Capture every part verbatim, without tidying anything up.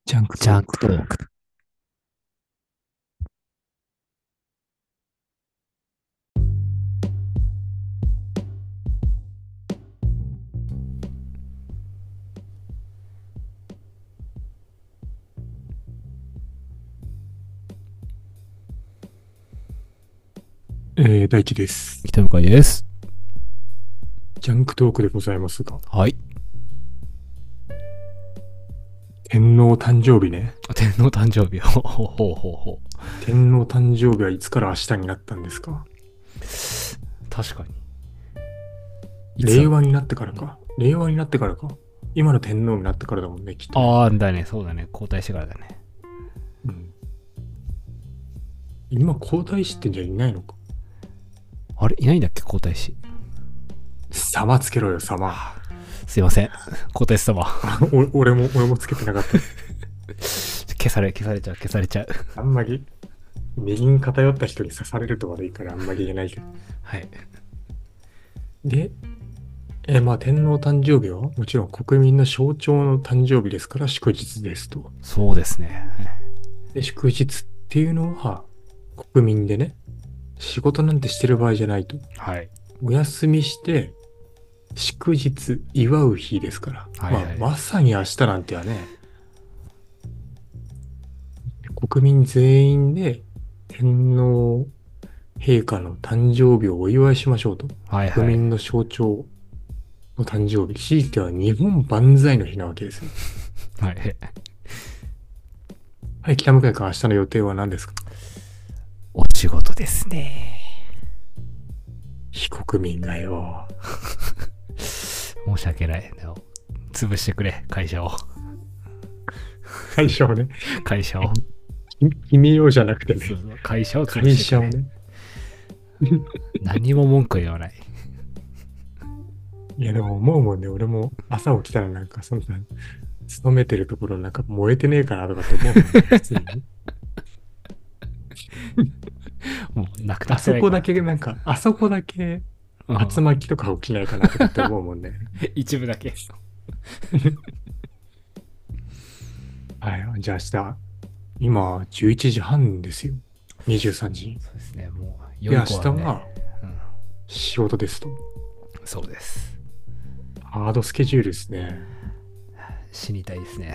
ジャンクトジャンクーク。 トーク。 えー、大地です。 北向井です。 ジャンクトークでございますが、 はい。 天皇誕生日ね。 天皇誕生日。ほうほうほうほうほう。 天皇誕生日はいつから明日になったんですか？ 確かに。いつだろう。 令和になってからか。令和になってからか。今の天皇になってからだもんね、きっとね。 ああ、だね。そうだね。交代してからだね。 うん。今皇太子ってんじゃいないのか。 あれいないんだっけ皇太子。 様つけろよ、様。 すいません。皇太子様。 あ、お、俺も、俺もつけてなかった。 消され、消されちゃう、消されちゃう。 あんまり、右に偏った人に刺されると悪いからあんまり言えないけど。 はい。 で、えーまあ天皇誕生日はもちろん国民の象徴の誕生日ですから祝日ですと。 そうですね。 で、祝日っていうのは、国民でね、仕事なんてしてる場合じゃないと。 はい。 お休みして、祝日、祝う日ですから。まあ、 はいはい。 まさに明日なんてはね、国民全員で天皇陛下の誕生日をお祝いしましょうと。 はいはい。 国民の象徴の誕生日。強いては日本万歳の日なわけですよ。 はい。 はい、北向井君、明日の予定は何ですか？ お仕事ですね。 非国民がよ。 申し訳ない。潰してくれ、会社を。 会社をね、 会社を。 決めようじゃなくてね、 そうそう。会社を潰会してくれ。 社をね。 何も文句言わない。 いや、でも思うもんね、俺も朝起きたらなんか、そんな、勤めてるところなんか燃えてねえかなとかって思うもんね、普通にね。 もう、なくなあってないか。 そこだけ、なんか、あそこだけ、 うん。 竜巻とか起きないかなとかって思うもんね。 一部だけ。 はい、じゃあ明日、今、じゅういちじはんですよ。にじゅうさんじ。 そうですね。もう、 で、 良い明子はね。 日はうん。 仕事ですと。 そうです。 ハードスケジュールですね。 死にたいですね。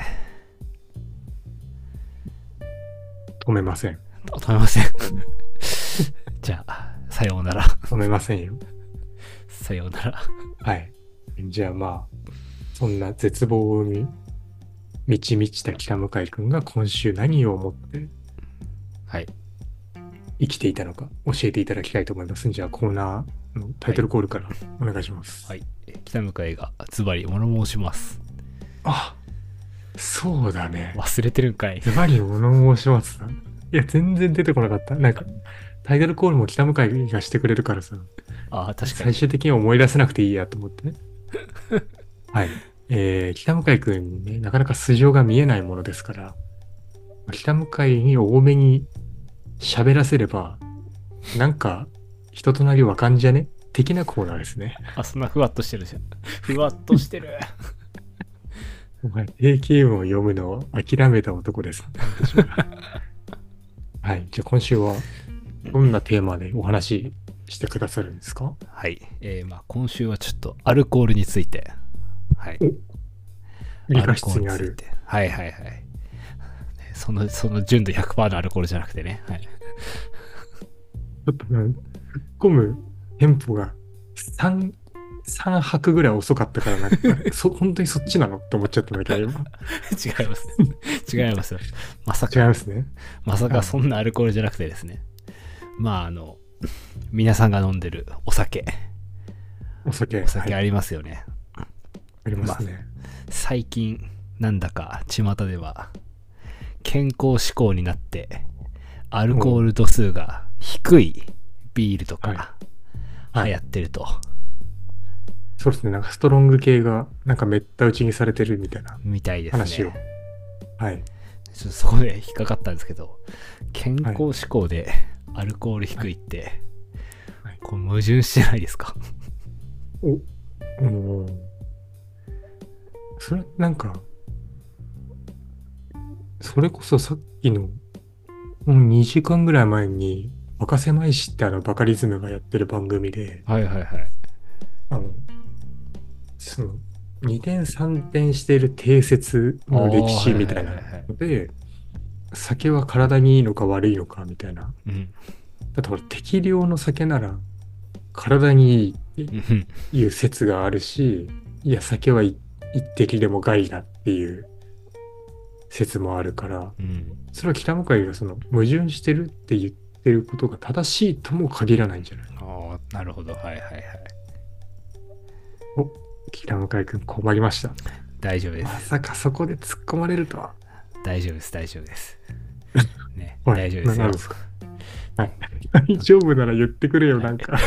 止めません。 止めません。じゃあ、さようなら。 止めませんよ。 さようなら。 はい。じゃあまあ、そんな絶望に満ち満ちた北向井くんが今週何を思ってはい。 生きていたのか教えていただきたいと思います。じゃあコーナーのタイトはい。 ルコールからお願いします。 はい。北向井がズバリ物申します。 あ、そうだね。 忘れてるんかい。 ズバリ物申しますな。いや、全然出てこなかった。なんか、タイトルコールも北向井がしてくれるからさ、 ああ、確かに。 最終的に思い出せなくていいやと思ってね。はい。えー、北向井くんにね、なかなか素性が見えないものですから、北向井に多めに喋らせれば、なんか、人となりわかんじゃね的なコーナーですね。 あ、そんなふわっとしてるじゃん。ふわっとしてる。 お前、定型文を読むのを諦めた男ですね、私は。はい。じゃあ今週はどんなテーマでお話ししてくださるんですか？ はい。えー、まあ今週はちょっとアルコールについて。はい。 お、理科アルコール室にある。 について。はいはいはい。その、その純度ひゃくパーセントのアルコールじゃなくてね。はい。 ちょっとね、突っ込むテンポがさん、さん拍ぐらい遅かったから、なんか、あれ、そ、本当にそっちなのって思っちゃったんだけど、今。 違います。違いますよ。まさか、 違いますね。 まさかそあ、 んなアルコールじゃなくてですね。まああの、皆さんが飲んでるお酒。 お酒、 おはい、 酒ありますよね。 ありままあ、 すね。 最近、なんだか巷では、健康志向になって、アルコーお、 ル度数が低いビールとはい、 か流行はい。 ってると。 そうですね。なんかストロング系が、なんかめった打ちにされてるみたいなみたいですね。 話を。はい、 ちょっとそこで引っかかったんですけど、健はい、 康志向でアルコールはい、 低いって、 はい。 こう矛盾してないですか？ お、うん。それ、なんか、 それこそさっきの、もうにじかんぐらい前に、バカせまいしってあのバカリズムがやってる番組で、 はいはいはい。 あの、その、二転三転している定説ああ、 の歴はいはい史みたいなはいはい。 ので、酒は体にいいのか悪いのかみたいな。 うん。 だってほら、適量の酒なら体にいいってうん。 いう説があるし、いや、酒はい一滴でも害だっていう説もあるから、 うん。 それは北向井がその矛盾してるって言ってることが正しいとも限らないんじゃない？ ああ、なるほど。はいはいはい。 お、北向井くん困りました。 大丈夫です。 まさかそこで突っ込まれるとは。 大丈夫です。大丈夫です。ね、 はい、な、 大丈夫ですよ。 なんですか？はい。大丈夫なら言ってくれよ、 はい。 なんか。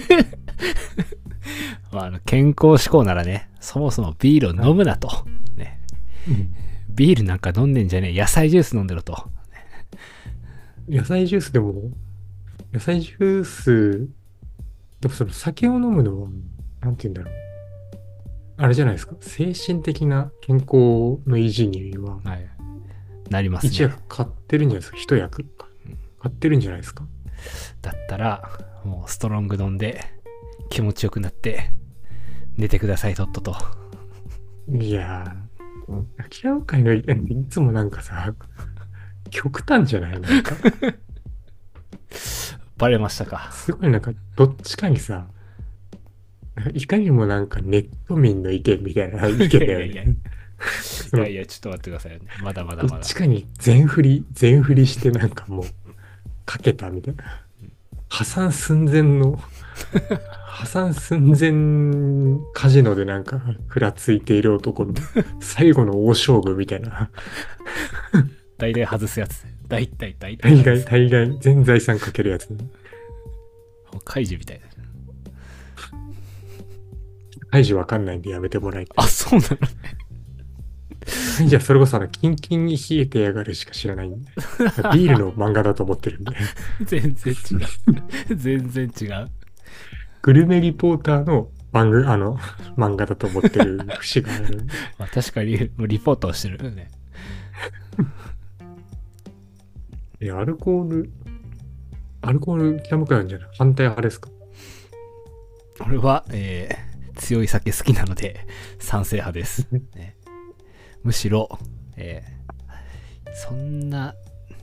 まあ、あの健康志向ならね、そもそもビールを飲むなと。ね、 うん、 ビールなんか飲んでんじゃねえ。野菜ジュース飲んでろと。 野菜ジュースでも、野菜ジュース、でもその酒を飲むのは、なんて言うんだろう。あれじゃないですか。精神的な健康の維持には、 はい。なります一ね。 役買ってるんじゃないですか。一役買ってるんじゃないですか。 だったら、もうストロング飲んで気持ちよくなって寝てください、とっとと。 いやー、明らかにの意見っていつもなんかさ、極端じゃないなんか。 バレましたか。 すごいなんか、どっちかにさ、いかにもなんかネット民の意見みたいな意見いやだよいやいやいね。その、 やいや、ちょっと待ってくださいよね。まだまだどっまだ。 ちかに全振り、全振りしてなんかもう、かけたみたいな。破産寸前の、破産寸前カジノでなんか、ふらついている男の最後の大勝負みたいな。 大体外すやつ。大体、大体大概、 外す。 大概、全財産かけるやつね。 もう怪獣みたいな。 カイジわかんないんでやめてもらいたあ、 い。 そうなの。 カイジはそれこそあの、キンキンに冷えてやがるしか知らないんで。ビールの漫画だと思ってるんで。 全然違う。全然違う。 グルメリポーターの番組、あの、漫画だと思ってる節があるんで。 まあ、確かに、もうリポートをしてるね。 え、アルコール、アルコール北向かいなんじゃない？反対派ですか？ 俺は、えー、強い酒好きなので、賛成派です。ね、むしろ、えー、そんな、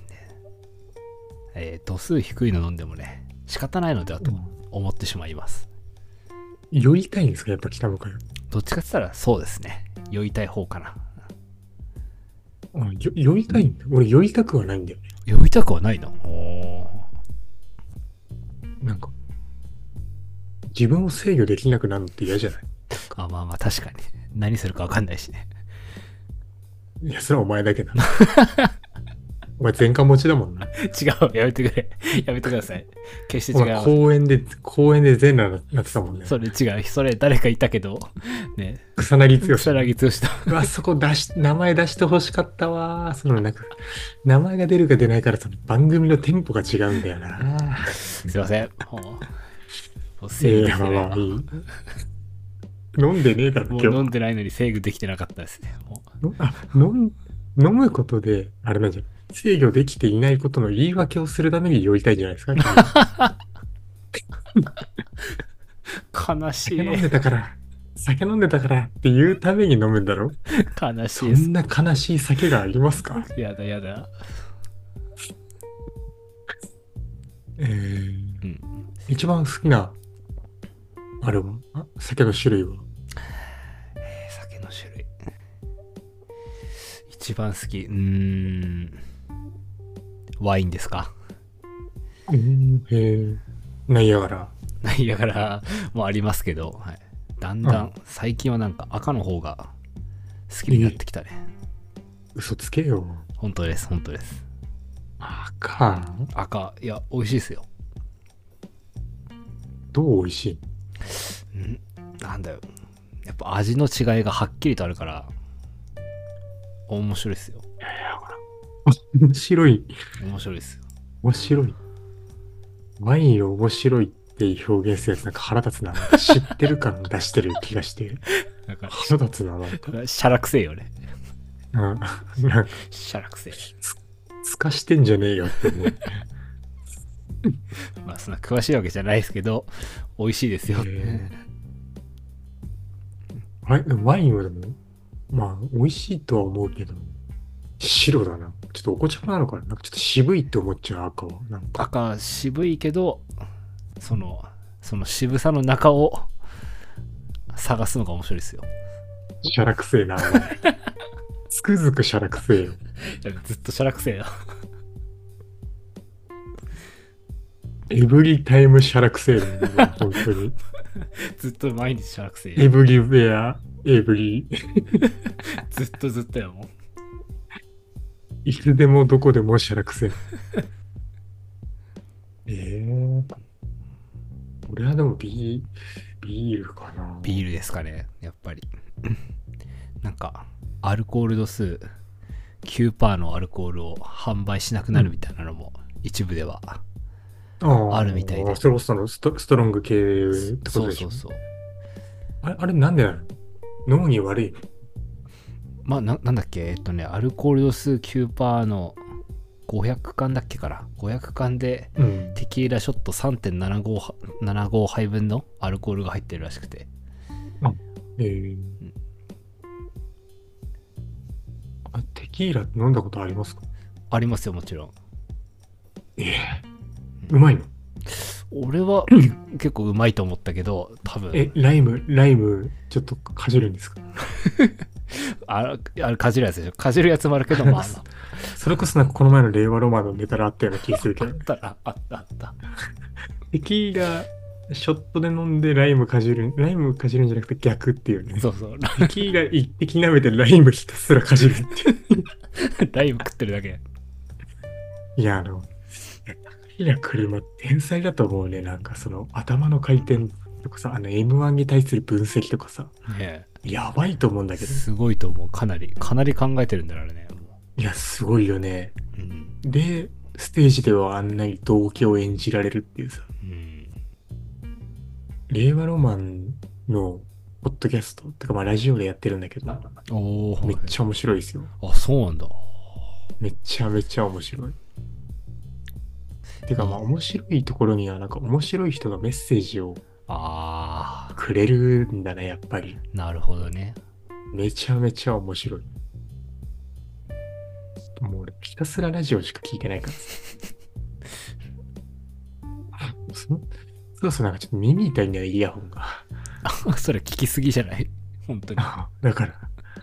えー、度数低いの飲んでもね、仕方ないのではと思ってしまいます。 酔いたいんですかやっぱ北向かいは。 どっちかって言ったらそうですね。酔いたい方かな。 あ、よ酔いたいんだ。俺酔いたくはないんだよね。 酔いたくはないの？おなんか、自分を制御できなくなるのって嫌じゃない？ あ、まあまあ確かに。何するかわかんないしね。 いや、それはお前だけだ。お前前科持ちだもんな。 違う、やめてくれ。やめてください。決しお前て違います。 公園で、公園で全裸になってたもんね。 それ違う。それ誰かいたけど、ね。 草薙剛。 草薙剛と。 うわ、そこ出し、名前出してほしかったわ。そのなんか、名前が出るか出ないから、その番組のテンポが違うんだよな。 すいません。もう、もうえ制御えできてないわ。 まあまあいい。飲んでねえだろ、 もう今日。 飲んでないのに制御できてなかったですね。ものあ、飲ん、飲むことで、あれなんじゃない？制御できていないことの言い訳をするために酔いたいんじゃないですか、君は。 う悲しい。 酒飲んでたから、酒飲んでたからっていうために飲むんだろ？ 悲しいです。 そんな悲しい酒がありますか？ やだやだ。 えー、 うん。 一番好きな、あれは、あ酒の種類は？ えー酒の種類。一番好き。うーん。ワインですか？ うーん、えー、ナイアガラ。 ナイアガラもありますけど、はい、だんだん最近はなんか赤の方が好きになってきたね。 嘘つけよ。 本当です、本当です。 赤？ 赤、いや、美味しいですよ。 どう美味しい？ んなんだよ。やっぱ味の違いがはっきりとあるから、面白いですよ。 いやいや、ほら。面白い。 面白いですよ。 面白い。ワインを面白いって表現するやつなんか腹立つな。なんか知ってる感出してる気がして。 なんか、 腹立つな、なんか。 しゃらくせえよね。 うん。なんか、 シャラクセ。 つ、つかしてんじゃねえよって思う。 まあそんな詳しいわけじゃないですけど、美味しいですよ。 えー、ワインワインはでも、まあ、美味しいとは思うけど、白だな。ちょっとお子ちゃまなのかな。なんかちょっと渋いって思っちゃう赤は。なんか、 赤渋いけど、その、その渋さの中を探すのが面白いですよ。 シャラくせえな。つくづくシャラくせえよ。 ずっとシャラクセだ。 エブリタイムシャラくせえだよ、ね。本当に。 ずっと毎日シャラクセエブリウェア、エブリ、 ずっとずっとやもん。 いつでもどこでもシャラくせえ。ええー、俺はでもビー、ビールかな。 ビールですかね、やっぱり。なんか、アルコール度数きゅうパーセントのアルコールを販売しなくなるみたいなのも一部ではああるみたいで。 それこそのスト、ストロング系ってことでしょ。 そうそうそう。 あれ、あれなんでなの？脳に悪いの？ まあな、なんだっけ、えっとね、アルコール度数 きゅうパーセント のごひゃくかんだっけから、ごひゃくかんでうん。 テキーラショット さんてんななご ななご杯分のアルコールが入ってるらしくて。 あ、えーうん、 あ、テキーラって飲んだことありますか？ ありますよ、もちろん。 ええー、うまいの？ 俺は結構うまいと思ったけど、多分、 え、ライム、ライム、ちょっとかじるんですか？ あれ、あれかじるやつでしょ。かじるやつもあるけど、まあまあ。 それこそなんかこの前の令和ロマンのネタであったような気がするけど、 あったら、あったあった。 テキーラ、ショットで飲んでライムかじる、ライムかじるんじゃなくて逆っていうね。 そうそう。 テキーラ一滴舐めてライムひたすらかじるっていう。 ライブ食ってるだけ。 いや、あの、テキーラ車天才だと思うね。なんかその頭の回転とかさ、あの エムワン に対する分析とかさ、 ねやばいと思うんえ。 だけど。 すごいと思う。かなり、かなり考えてるんだよ、あれね。もいや、すごいよね。 う。うん。 で、ステージではあんなに動機を演じられるっていうさ、 うん。 令和ロマンのポッドキャストってかまあラジオでやってるんだけど、 おー、はい。 めっちゃ面白いですよ。 あ、そうなんだ。 めちゃめちゃ面白い。てかまあいい。 面白いところにはなんか面白い人がメッセージをあくれるんだね、やっぱり。 ー、なるほどね。 めちゃめちゃ面白い。もう俺ひたすらラジオしか聞いてないからさ。そそろそろなんかちょっと耳痛いんだよ、イヤホンが。 それ聞きすぎじゃない？本当に。 だから、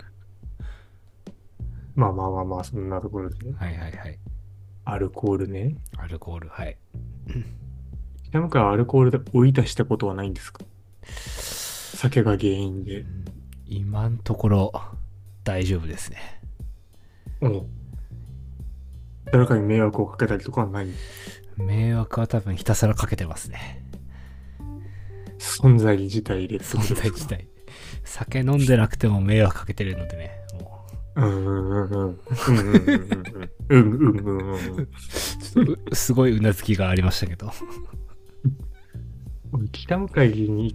まあまあまあまあ、そんなところで、 はいはいはい。 アルコールね。 アルコール、はい。 北向はアルコールで追い出したことはないんですか？酒が原因で。 今んところ、大丈夫ですね。 うん。誰かに迷惑をかけたりとかはない？ 迷惑は多分ひたすらかけてますね。 存在自体でってこ存とですか？ 在自体。酒飲んでなくても迷惑かけてるのでね。もうんうんうんうん。うんうんうんうん。うんうんうんうん。 うちょっとうすごいうなずきがありましたけど。 俺北向かいに、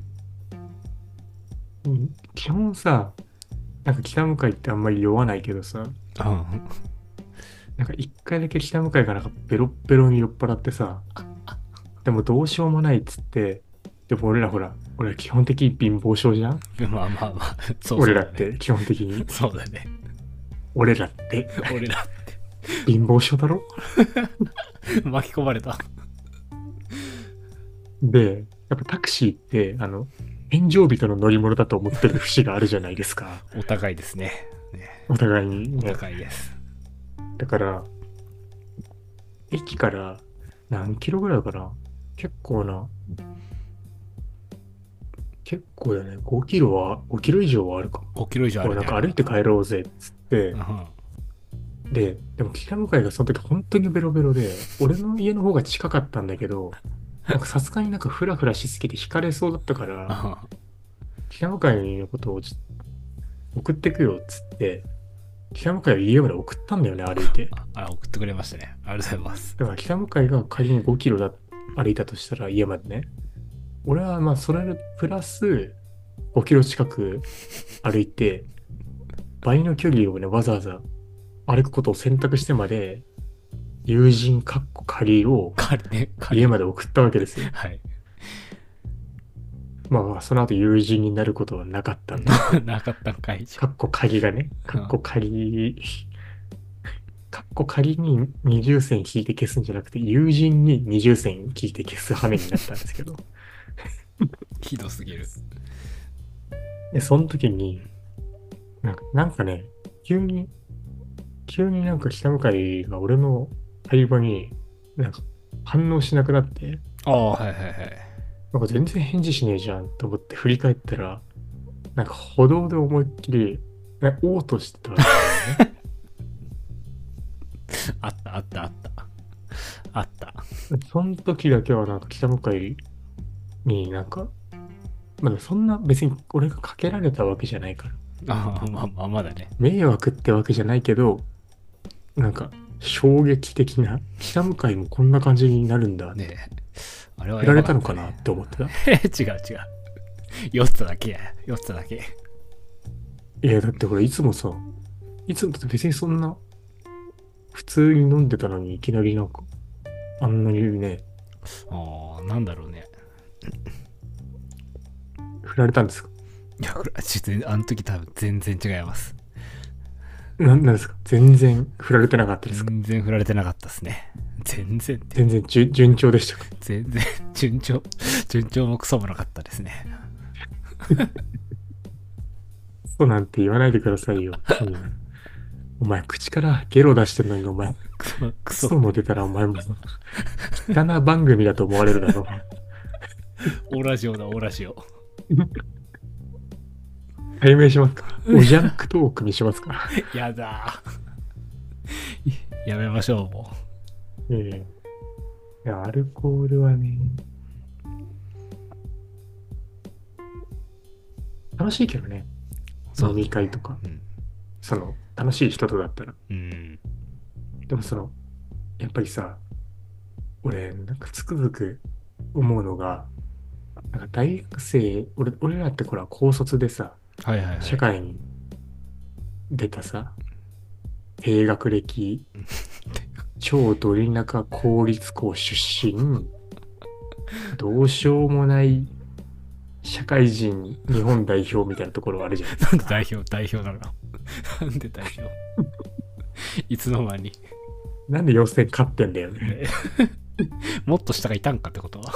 うん基本さ、なんか北向かいってあんまり酔わないけどさ、 うん。 なんか一回だけ北向かいがなんかベロッベロに酔っ払ってさ、でもどうしようもないっつって、でも俺らほら、俺ら基本的に貧乏症じゃん？ まあまあまあ、そうそ俺うだね。 らって基本的に。 そうだね。 俺らって俺ら貧乏症だろ？ 巻き込まれた。 で、やっぱタクシーって、あの、炎上人の乗り物だと思ってる節があるじゃないですか。 お互いですね。ね、 お互いにおね。 互いです。 だから、駅から何キロぐらいかな？結構な、結構だね。ごキロは、ごキロ以上はあるかも。 ごキロ以上あ俺なんるね。 か歩いて帰ろうぜっつって、 うん。 で、でも北向かいがその時本当にベロベロで、俺の家の方が近かったんだけど、なんかさすがになんかフラフラしすぎて惹かれそうだったから、北向かいのことをちょっと送ってくよっつって、北向かいを家まで送ったんだよね、歩いて。 あ、送ってくれましたね。ありがとうございます。 だから北向かいが仮にごキロだ、歩いたとしたら家までね。俺はまあそれプラスごキロ近く歩いて、 倍の距離をね、わざわざ歩くことを選択してまで、友人かっこ仮を仮ね、仮。 家まで送ったわけですよ。 はい。 まあまあ、その後友人になることはなかったんだ。 なかったんかいじかっこ仮がね、かっこ仮、かっこ仮に二重線引いて消すんじゃなくて、友人に二重線引いて消す羽目になったんですけど。 ひどすぎる。 で、その時に、なんかなんかね、急に、急になんか北向井が俺の会話になんか反応しなくなって、 ああ、はいはいはい。 なんか全然返事しねえじゃんと思って振り返ったら、なんか歩道で思いっきり、ね、嘔吐してたわけだよね。 あったあったあった。あった。 その時だけはなんか北向井になんか、まだそんな別に俺がかけられたわけじゃないから。 ああ、まあまあ、まだね。 迷惑ってわけじゃないけど、なんか衝撃的な、北向井もこんな感じになるんだ。 ねえ。あれは振られたのやばかったねかなって思ってた。 違う違う。酔っただけや。酔っただけ。 いや、だってこれいつもさ、いつもだって別にそんな、普通に飲んでたのにいきなりなんか、あんなにね、 ああ、なんだろうね。 振られたんですか？ いや、これ、ちょっとあの時多分全然違います。 な、なんですか？全然振られてなかったですか？ 全然振られてなかったですね。全然って。 全然じゅ順調でしたか？ 全然、順調、順調もクソもなかったですね。 そうなんて言わないでくださいよ。うん、お前、口からゲロ出してんのに、お前、 クソ、ククソ。 ソも出たらお前も、汚な番組だと思われるだろオラジオだ、オラジオ。 う。解明しますか？おジャンクトークにしますか？ やだー。やめましょう、もええいや、アルコールはね、楽しいけどね。 う。 飲み会とか、 うん。 その、楽しい人とだったら。 うん。 でもその、やっぱりさ、俺、なんかつくづく思うのが、なんか大学生、俺、俺らってこれは高卒でさ、 はいはいはい。 社会に出たさ、低学歴、超ど田舎公立校出身、どうしようもない社会人日本代表みたいなところあるじゃないですか。 なんで代表、代表なのなんで代表いつの間に。 なんで予選勝ってんだよね。 もっと下がいたんかってことは。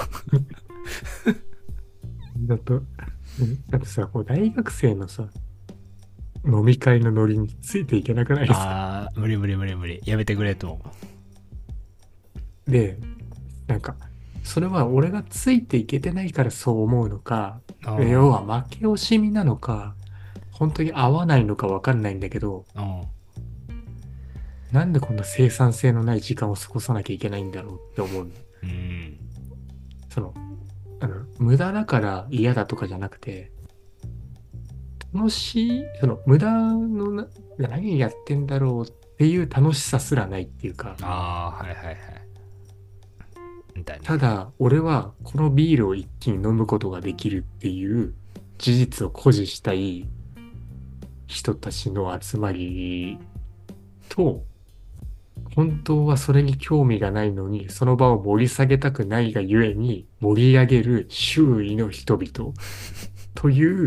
だと、だってさ、こう大学生のさ、飲み会のノリについていけなくないですか？ ああ、無理無理無理無理。やめてくれと思う。 で、なんか、それは俺がついていけてないからそう思うのか、 あー要は負け惜しみなのか、本当に合わないのかわかんないんだけど、 うんなんでこんな生産性のない時間を過ごさなきゃいけないんだろうって思う。 うんその、あの、無駄だから嫌だとかじゃなくて、楽しい、その、無駄のな、何やってんだろうっていう楽しさすらないっていうか、 ああはいはいはいみたいな。 ただ、俺はこのビールを一気に飲むことができるっていう事実を誇示したい人たちの集まりと、本当はそれに興味がないのに、その場を盛り下げたくないがゆえに盛り上げる周囲の人々という、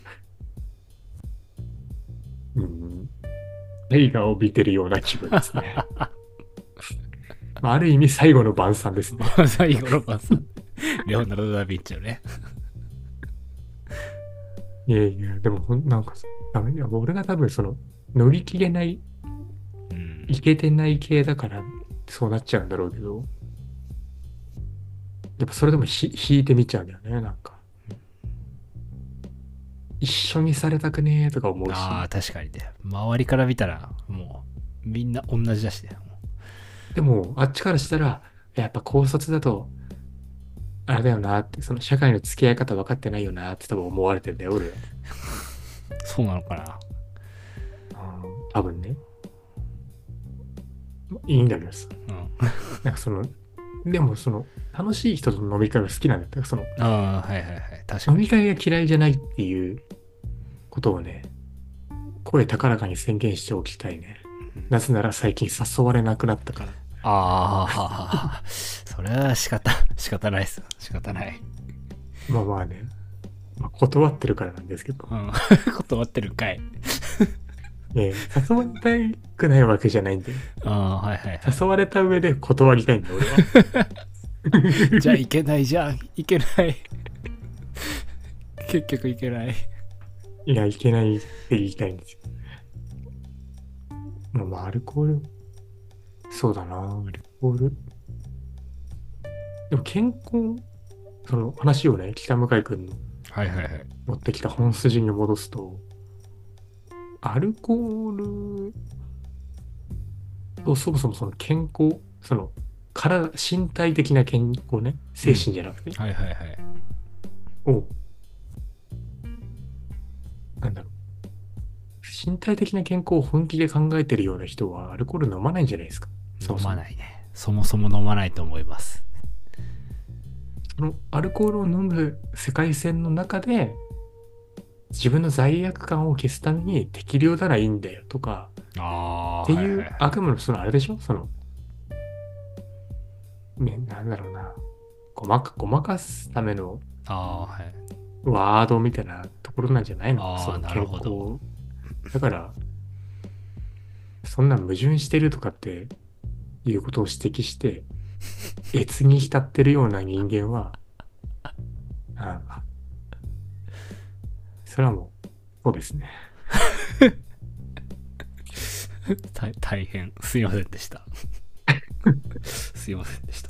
うん、映画を見てるような気分ですね。まあ、ある意味最後の晩餐ですね。 最後の晩餐。レオナルド・ダ・ヴィンチのね。 いやいや、でもほん、なんかさ、ダメだ俺が多分その乗り切れないうんいけてない系だからそうなっちゃうんだろうけど、やっぱそれでもひ引いてみちゃうんだよね、なんか。一緒にされたくねえとか思うし。 ああ確かにね。周りから見たらもうみんな同じだしね。 でも、あっちからしたら、やっぱ高卒だと、あれだよなって、その社会の付き合い方分かってないよなって多分思われてんだよ、俺は。 そうなのかな。 多分ね。いいんだけどさ。 うん。 なんかその、でもその、楽しい人との飲み会が好きなんだよ。その、 ああはいはいはい。確かに。 飲み会が嫌いじゃないっていうことをね、 声高らかに宣言しておきたいね。なぜなら最近誘われなくなったから。 ああ、それは仕方、仕方ないです。仕方ない。 まあまあね。まあ、断ってるからなんですけど。 うん。断ってるんかい。 えー誘われたくないわけじゃないんで。 ああ、はいはいはい。 誘われた上で断りたいんだ、俺は。 じゃあいけないじゃん。いけない。結局いけない。 いや、いけないって言いたいんですよ。まあまあ、アルコール。そうだな、アルコール。でも健康、その話をね、北向井くんのはいはいはい。 持ってきた本筋に戻すと、アルコールとそもそもその健康、その体、身体的な健康ね、精神じゃなくて、 はいはいはい。 を、なんだろう、身体的な健康を本気で考えてるような人はアルコール飲まないんじゃないですか。そ飲もそも。 まないね。そもそも飲まないと思います。 そのアルコールを飲む世界線の中で、自分の罪悪感を消すために適量ならいいんだよとか、 ああ、 っていうはいはいはい。 悪夢のそのあれでしょその、ね、なんだろうな。ごまか、ごまかすためのああ、はい。 ワードみたいなところなんじゃないのそああ、 の健なるほど。 康。だから、そんな矛盾してるとかっていうことを指摘して、越に浸ってるような人間は、あそれはもう、そうですね。 大大変すいませんでした。すいませんでした。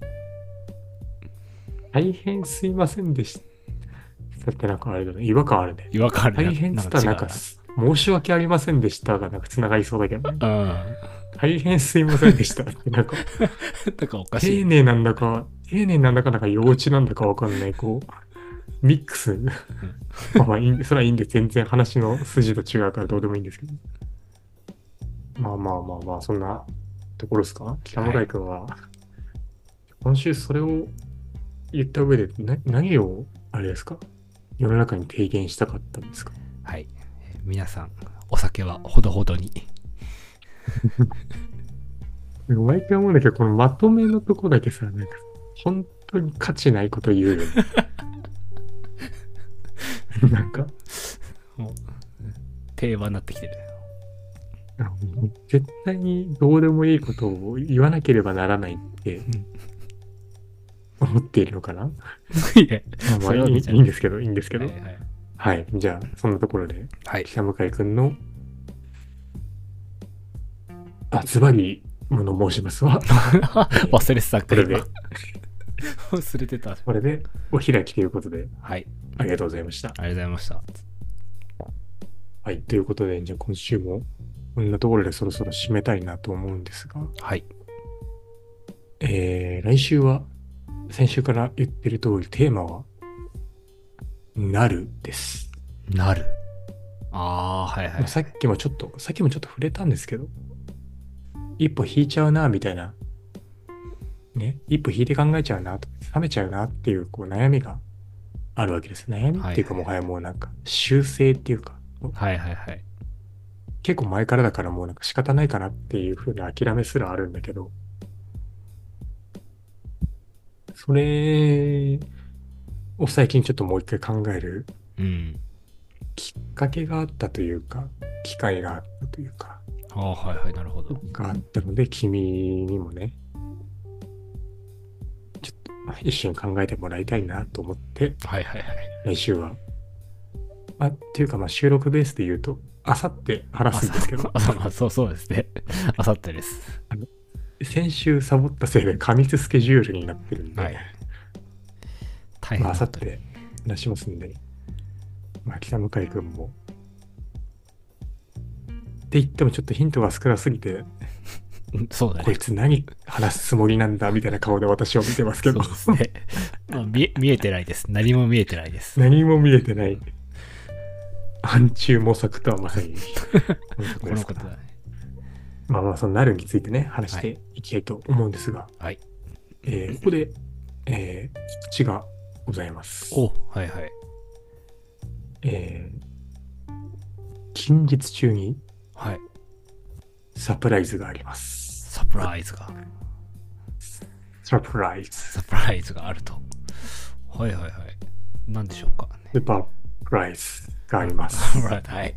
大変すいませんでした。だってなんかあれだね、違和感あるね。 違和感あるな。 大変っなつったらなんか、 んか違うな。 申し訳ありませんでしたがなんか繋がりそうだけどね。 うん。 大変すいませんでしたって、なんか、 なんかおかしいね。 丁寧なんだか、丁寧なんだかなんか幼稚なんだかわかんない、こう、ミックス。まあまあいいんで、それはいいんで、全然話の筋と違うからどうでもいいんですけど。まあまあまあまあ、そんなところですか北向井はい。 君は、今週それを言った上で、な、何を、あれですか世の中に提言したかったんですかはい。えー皆さん、お酒はほどほどに。 毎回思うんだけど、このまとめのとこだけさ、なんか、本当に価値ないこと言うよね。なんか、 もう、定番になってきてる。 あの絶対にどうでもいいことを言わなければならないって思っているのかないや、 まあまあいい、いそれは別に。 いんですけど、いいんですけど。 はいはい。 はい。じゃあ、そんなところで、 はい。 北向井くんの、あ、ズバリ、もの申しますわ。えー忘れてたんか、今。 これで、 忘れてた。 これで、お開きということで、 はい。 ありがとうございました。 ありがとうございました。 はい。ということで、じゃあ今週も、こんなところでそろそろ締めたいなと思うんですが、 はい。 えー、来週は、先週から言ってる通り、テーマは、なるです。 なる。ああ、はいはい。 さっきもちょっと、さっきもちょっと触れたんですけど、一歩引いちゃうな、みたいな、ね、一歩引いて考えちゃうな、冷めちゃうなっていう、こう、悩みがあるわけです。悩みっていうか、 はいはい。 もはやもうなんか、修正っていうか、 はいはいはい。 結構前からだからもうなんか仕方ないかなっていうふうな諦めすらあるんだけど、それを最近ちょっともう一回考えるうん。 きっかけがあったというか、機会があったというか、 ああ、はいはい、なるほど。 があったので、君にもね、ちょっと一緒に考えてもらいたいなと思って、 はいはいはい。 来週は、あ、っていうかまあ収録ベースで言うと、あさって話すん朝、 ですけど、 朝、まあ、そうそうですね。あさってです。 あの、先週サボったせいで過密スケジュールになってるんで、 はい。大まあ、 変なことに。 あさって出しますんで、まあ、北向井くんも。って言ってもちょっとヒントが少なすぎて、 うんそうだね。 こいつ何話すつもりなんだみたいな顔で私を見てますけど、 そうですね。まあ、見え、見えてないです。何も見えてないです。 何も見えてない。暗中模索とはまさに、このことこですから。 のことだね。 まあまあ、そのなるについてね、話しはい。 ていきたいと思うんですが、 はい。 えーここで、えー、告知がございます。 お、はいはい。 えー近日中にはい。 サプライズがあります。 サプライズが。 サプライズ。 サプライズがあると。はいはいはい。何でしょうかね。 スーパープライズがあります。 はい。はい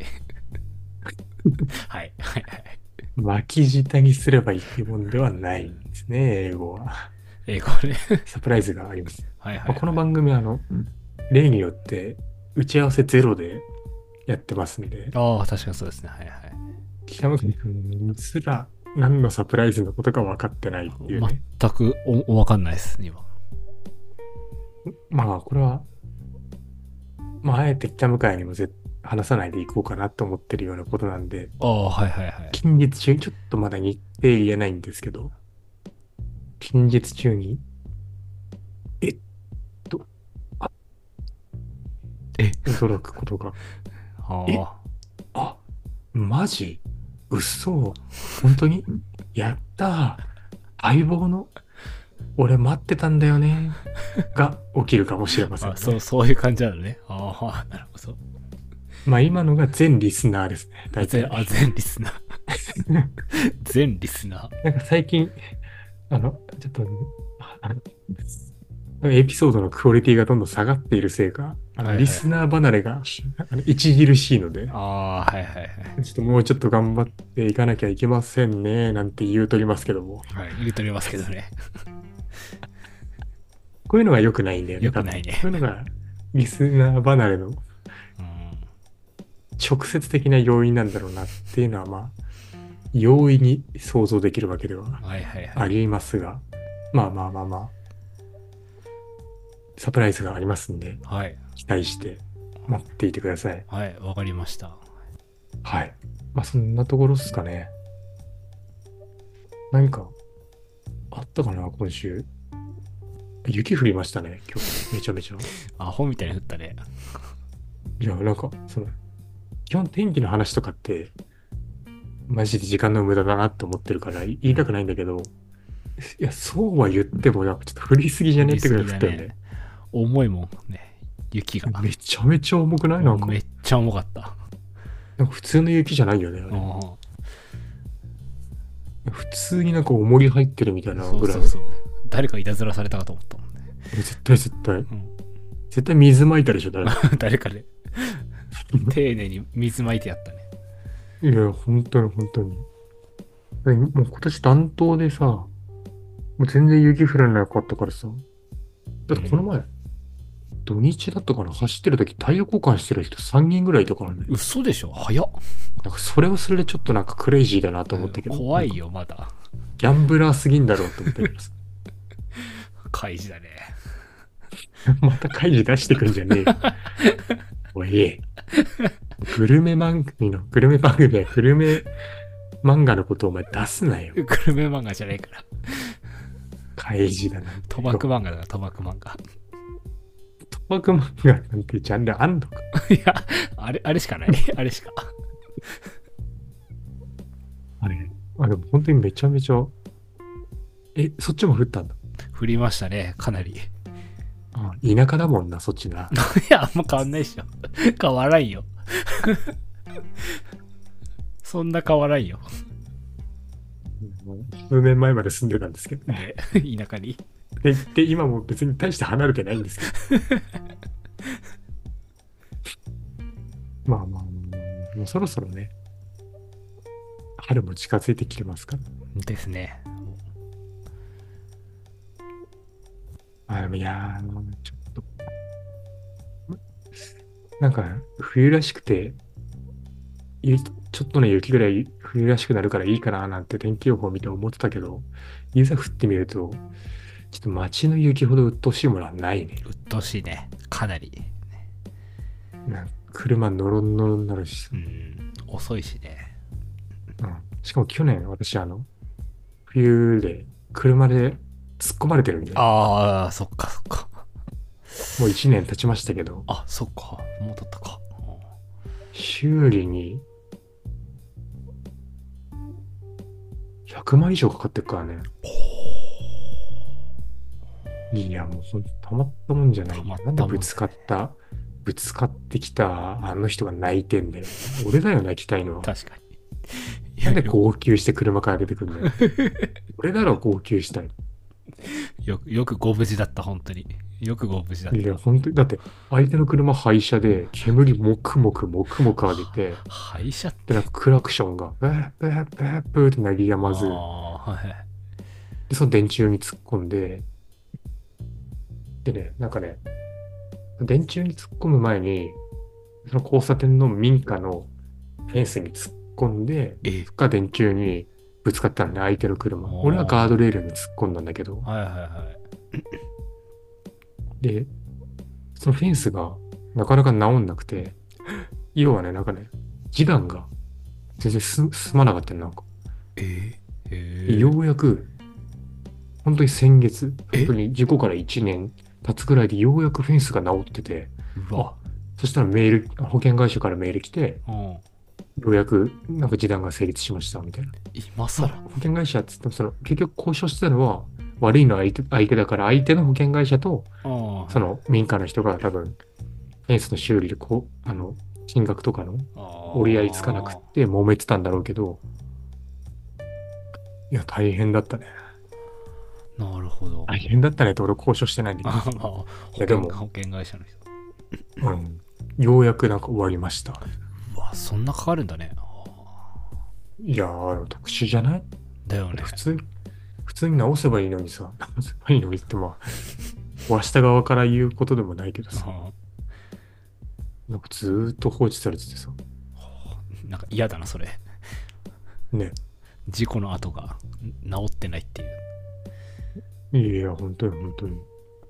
はいはい。 巻き舌にすればいいもんではないんですね、英語は。 英語で。 サプライズがあります。 はいはい、はい。 まあこの番組はあの、例によって打ち合わせゼロでやってますんで、 ああ、確かにそうですね。はいはい。 北村君すら何のサプライズのことか分かってないっていうね。 全くおお分かんないです、今。 まあ、これは、まあ、あえて北向井にもぜ話さないでいこうかなと思ってるようなことなんで、 ああ、はいはいはい。 近日中にちょっとまだ日程言えないんですけど、近日中に、えっと、あ、 え驚くことが、え、 ああ、マジ嘘本当にやったー相棒の俺待ってたんだよねが起きるかもしれませんあ、 ね。 そう、そういう感じなのね。ああ、なるほど。 まあ今のが全リスナーですね。 あ、 大体。 全、あ、全リスナー。全リスナー。 なんか最近、あの、ちょっと、あのエピソードのクオリティがどんどん下がっているせいか、あのはいはいリスナー離れがあの著しいので、 ああ、はいはいはい。 ちょっともうちょっと頑張っていかなきゃいけませんね、なんて言うとりますけども。 はい、言うとりますけどね。 こういうのが良くないんだよね。 良くないね多分こういうのがリスナー離れのうん。 直接的な要因なんだろうなっていうのは、まあ、容易に想像できるわけでははいはいはい。 ありますが、まあまあまあまあ、サプライズがありますんで、 はい。 期待して待っていてください。 はい、わかりました。 はい。まあそんなところですかね。何かあったかな、今週。雪降りましたね、今日。めちゃめちゃ。 アホみたいに降ったね。 いや、なんか、その、基本天気の話とかって、マジで時間の無駄だなって思ってるから言いたくないんだけど、いや、そうは言っても、なんかちょっと降りすぎじゃねってくらい降ったよね。 重いもんね。雪が。 めちゃめちゃ重くないなんか。 めっちゃ重かった。 なんか普通の雪じゃないよね。あれうん普通になんか重り入ってるみたいなそうぐらい。 そうそう。誰かいたずらされたかと思ったもんね。 絶対絶対。 うん、 絶対水撒いたでしょ、誰か。 誰かで。丁寧に水まいてやったね。 いや、本当に本当に。えもう今年暖冬でさ、もう全然雪降らなかったからさ。だってこの前、土日だったかな、走ってる時タイヤ交換してる人さんにんぐらいいたからね。 嘘でしょ早っ。 なんかそれはそれでちょっとなんかクレイジーだなと思ったけど。 怖いよ、まだ。 ギャンブラーすぎんだろうと思ったけどさ。 開示だね。 また開示出してくんじゃねえよ。おい、グルメ番組の、グルメ番組はグルメ漫画のことをお前出すなよ。 グルメ漫画じゃないから。 開示だな。 賭博漫画だから、賭博漫画。 賭博漫画なんてジャンルあんのか。 いや、あれ、あれしかない。あれしか。 あれ、あ、でも本当にめちゃめちゃ、え、そっちも降ったんだ。 降りましたね、かなり。いあ、田舎だもんな、そっちな。 や、あんま変わんないでしょ。変わらんよ。そんな変わらんよ。 数年前まで住んでたんですけどね。 ね、田舎に。 で、で、今も別に大して離れてないんですけど。まあまあ、もうそろそろね、春も近づいてきてますから。 ですね。 あ、でもいやー、ちょっと、なんか、冬らしくて、ゆちょっとの雪ぐらい冬らしくなるからいいかななんて天気予報を見て思ってたけど、いざ降ってみると、ちょっと街の雪ほど鬱陶しいものはないね。 うっとうしいね。かなり。 なんか車ノロノロになるし、 うん。遅いしね。 うん。しかも去年私あの、冬で車で突っ込まれてるんで、 ああ、そっかそっか。 もういちねん経ちましたけど、 あ、そっか。もう経ったか。 修理にひゃくまん以上かかってるからね。いや、もうほんとたまったもんじゃない。 たまったもんなんでぶつかったぶつかってきたあの人が泣いてんだよ。俺だよ、泣きたいのは。 確かに。いなんでやよ号泣して車から出てくるんだよ。俺だろ、号泣したい。 よく、よくご無事だった、本当に。よくご無事だっいや、本当に、だって、相手の車廃車で、煙もくもくもくもく上げて、 た。廃車っで、 て。 なんかクラクションが、ブーブーブーブーって鳴りやまず、 ああ、はい。 で、その電柱に突っ込んで、でね、なんかね、電柱に突っ込む前に、その交差点の民家のフェンスに突っ込んで、 えそっから電柱にぶつかったのね、相手の車。 おー俺はガードレールに突っ込んだんだけど、 はいはいはい。 で、そのフェンスがなかなか治んなくて、要はね、なんかね、示談が全然す進まなかったの、なんか。 えー、えー、 でようやく、本当に先月、 え本当に事故からいちねん経つぐらいでようやくフェンスが治ってて、 うわ。 そしたらメール、保険会社からメール来て、 うん。 ようやくなんか示談が成立しましたみたいな。 今更。 保険会社っつってもその結局交渉してたのは悪いのは相手相手だから相手の保険会社とああ。 その民家の人が多分フェンスの修理でこうあの金額とかの折り合いつかなくって揉めてたんだろうけど、いや大変だったね。 なるほど。 大変だったねって俺交渉してないんだあまあ、保険いやでも保険会社の人。 けど、うん、ようやくなんか終わりました。 うわ、そんなかかるんだね。あーいやー特殊じゃない？ だよね。 普通普通に直せばいいのにさ、直せばいいのにってまあ壊した側から言うことでもないけどさ、 あなんかずーっと放置されててさ、 ーなんか嫌だな、それ。 ね。 事故の跡が治ってないっていう。 いや、本当に本当に。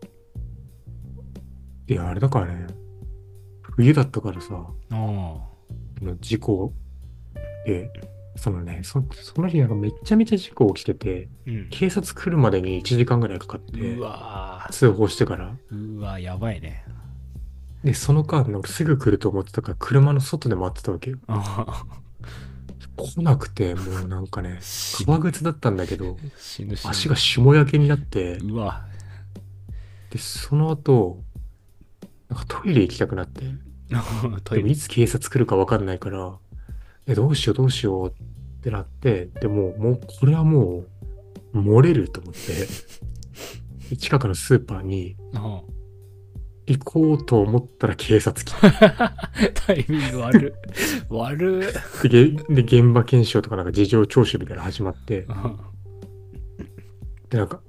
いや、あれだからね、冬だったからさ、 ああの事故で、そのね、そその日なんかめっちゃめちゃ事故起きてて、 あ。うん。 警察来るまでにいちじかんぐらいかかってう、わ通報してから。 ーうわーやばいね。 で、その間、俺すぐ来ると思ってたから、車の外で待ってたわけよ。 あ来なくて、もうなんかね、 死革靴だったんだけど、 死ぬ死ぬ。 足が霜焼けになって、 うわ。 で、その後、なんかトイレ行きたくなって、でもトイレ。 いつ警察来るか分かんないから、え、どうしようどうしようってなって、でも、もう、これはもう、漏れると思って、で近くのスーパーにあ行こうと思ったら警察来あタイミング悪い。悪い。 て、で、げで現場検証とかなんか事情聴取みたいなの始まって、 あで、なんか、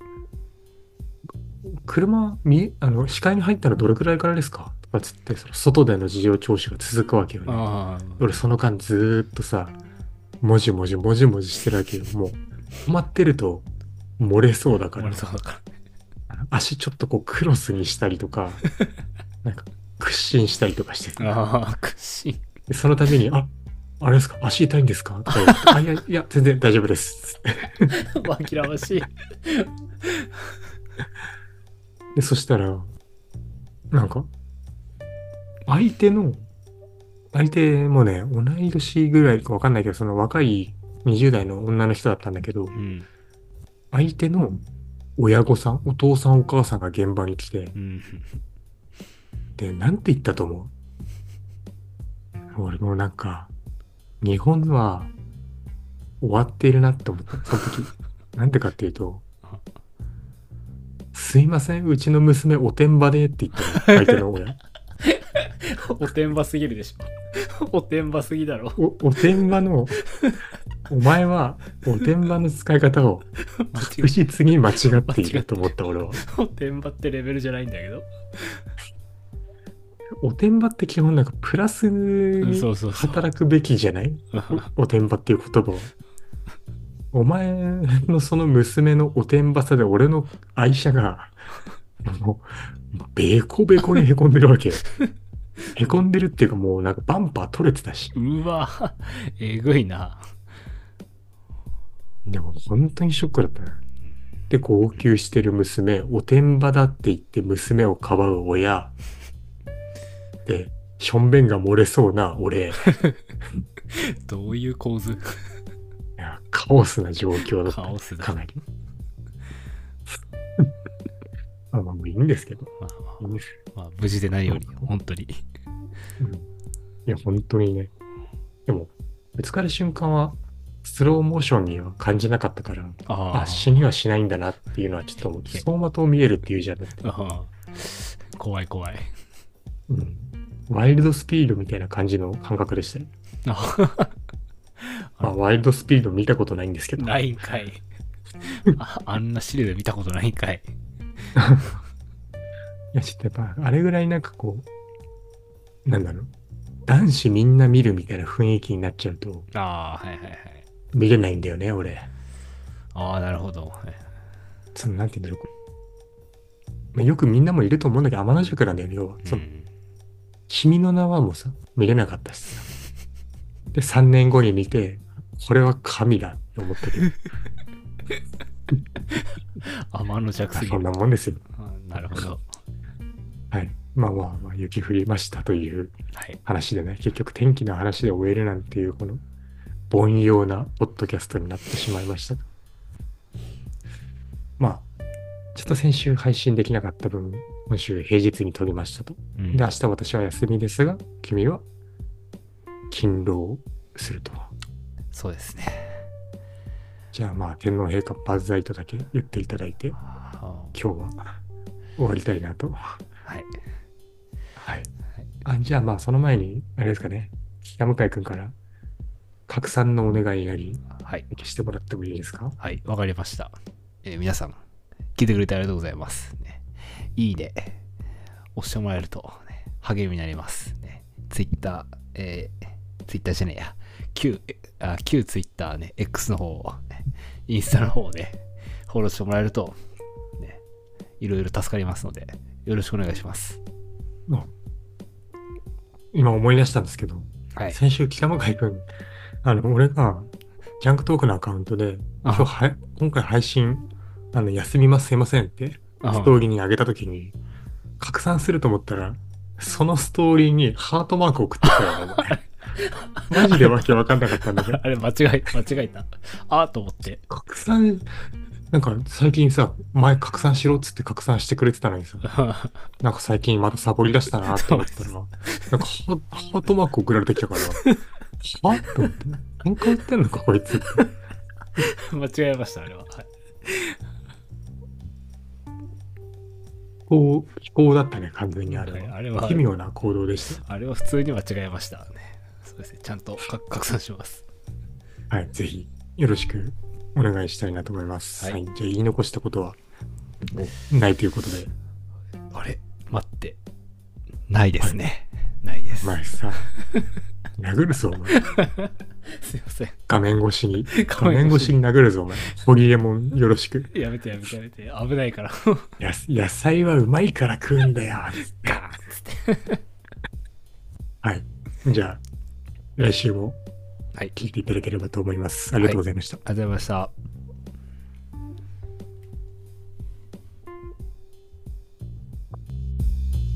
車、見え、あの、視界に入ったのどれくらいからですかとかつって、その外での事情聴取が続くわけよね。 あ俺その間ずーっとさ、もじもじもじもじしてるわけよ。もう、止まってると漏れそうだから俺、そうだから。 足ちょっとこうクロスにしたりとか、なんか屈伸したりとかしてて、 ああ、屈伸。 でそのために、あ、あれですか足痛いんですかとか言って、あ、いや、いや、全然大丈夫です。 紛らわしい。 で、そしたら、なんか、相手の、相手もね、同い年ぐらいかわかんないけど、その若いにじゅう代の女の人だったんだけど、 うん。 相手の親御さん、お父さんお母さんが現場に来て、 うん。 で、なんて言ったと思う？俺もうなんか、日本は終わっているなって思った、その時。なんでかっていうと、すいません、うちの娘おてんばでって言ったの、相手の親。 おてんばすぎるでしょ。おてんばすぎだろ。 お、おてんばの、お前はおてんばの使い方を確実に間違っていると思った俺は。 おてんばってレベルじゃないんだけど。 おてんばって基本なんかプラスにそうそうそう働くべきじゃないお、おてんばっていう言葉は。お前のその娘のおてんばさで俺の愛車が、もう、ベコベコに凹んでるわけよ。凹んでるっていうかもうなんかバンパー取れてたし。 うわ、えぐいな。 でも本当にショックだったな。で、号泣してる娘、おてんばだって言って娘をかばう親。で、しょんべんが漏れそうな俺。いどういう構図？ や、カオスな状況だった。 カオスだかなり。まあまあもういいんですけど。 まあまあいいんですまあ、無事でないように、本当に。 うん。いや、本当にね。でも、ぶつかる瞬間は、スローモーションには感じなかったから、あ、死にあはしないんだなっていうのはちょっと思って、 あ、 走馬灯見えるっていうじゃん。だって。 あー怖い怖い。 うん。ワイルドスピードみたいな感じの感覚でしたね。 ああまあ、 れ、 ワイルドスピード見たことないんですけど。 ないんかい。あ、あんなシルで見たことないんかい。 いや、ちょっとやっぱ、あれぐらいなんかこう、なんだろう。男子みんな見るみたいな雰囲気になっちゃうと、 ああ、はいはいはい。 見れないんだよね、俺。 ああ、なるほど。はい、 その、なんて言うんだろう。まあ、よくみんなもいると思うんだけど、天の塾なんだよね、要は。その、 うん。 君の名はもうさ、見れなかったしさ。で、さんねんごに見て、これは神だって思ったけど、 天の弱まあ、そんすぎる。 なもんですよ。 あなるほど。 はい。まあまあまあ、雪降りましたというはい。 話でね、結局天気の話で終えるなんていう、この凡庸なポッドキャストになってしまいました。まあ、ちょっと先週配信できなかった分、今週平日に撮りましたと。で、 うん。 明日私は休みですが、君は勤労すると。 そうですね。 じゃあまあ、天皇陛下バズザイトだけ言っていただいて、 あ今日は終わりたいなと。 はい。 はい。あ、じゃあまあ、その前に、あれですかね、北向井くんから拡散のお願いやり、 はい。 してもらってもいいですか？ はい。わかりました。えー皆さん、聞いてくれてありがとうございます。ね、いいね。押してもらえると、ね、励みになります。ね、ツイッター、えー、ツイッターじゃねえや。旧、あ、旧ツイッターね、X の方を、ね、インスタの方をね、フォローしてもらえると、ね、いろいろ助かりますので、よろしくお願いします。 あ、今思い出したんですけど、 はい。 先週北向井くん、あの、俺が、ジャンクトークのアカウントで、今あ、 日は、今回配信、あの、休みます、すいませんって、ストーあ、 リーに上げたときに、拡散すると思ったら、そのストーリーにハートマーク送ってきたよね、お前。マジでわけわかんなかったんだけど。 あれ、間違え、間違えた。あーと思って。 拡散、なんか最近さ、前拡散しろっつって拡散してくれてたのにさ、なんか最近またサボり出したなって思ったら、なんかハ、ハートマーク送られてきたから、はと思って、喧嘩売ってんのかこいつって。 間違えました、あれは。はい。 こう、非行だったね、完全にあれはい、 は。 あれは、 奇妙な行動でした。 あれは普通に間違えましたね。そうですね。ちゃんとか拡散します。 はい、ぜひ、よろしくお願いしたいなと思います。 はい。 はい、じゃあ言い残したことは、もうないということで、 あれ待って。ないではい、 すね。ないでおす。 前さ、殴るぞ、お前。 すいません。 画面越しに、 ご画面越しめんなさい。 に殴るぞ、お前。ホリエモンよろしく。 やめてやめてやめて。危ないから。 や野菜はうまいから食うんだよ。つって。 ガーンつって。 はい。じゃあ、来週もはい。 聞いていただければと思います。ありがはい。ありとうございました。 がとうございました。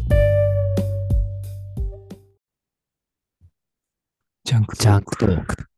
ジャンクジャントーク。 クトーク。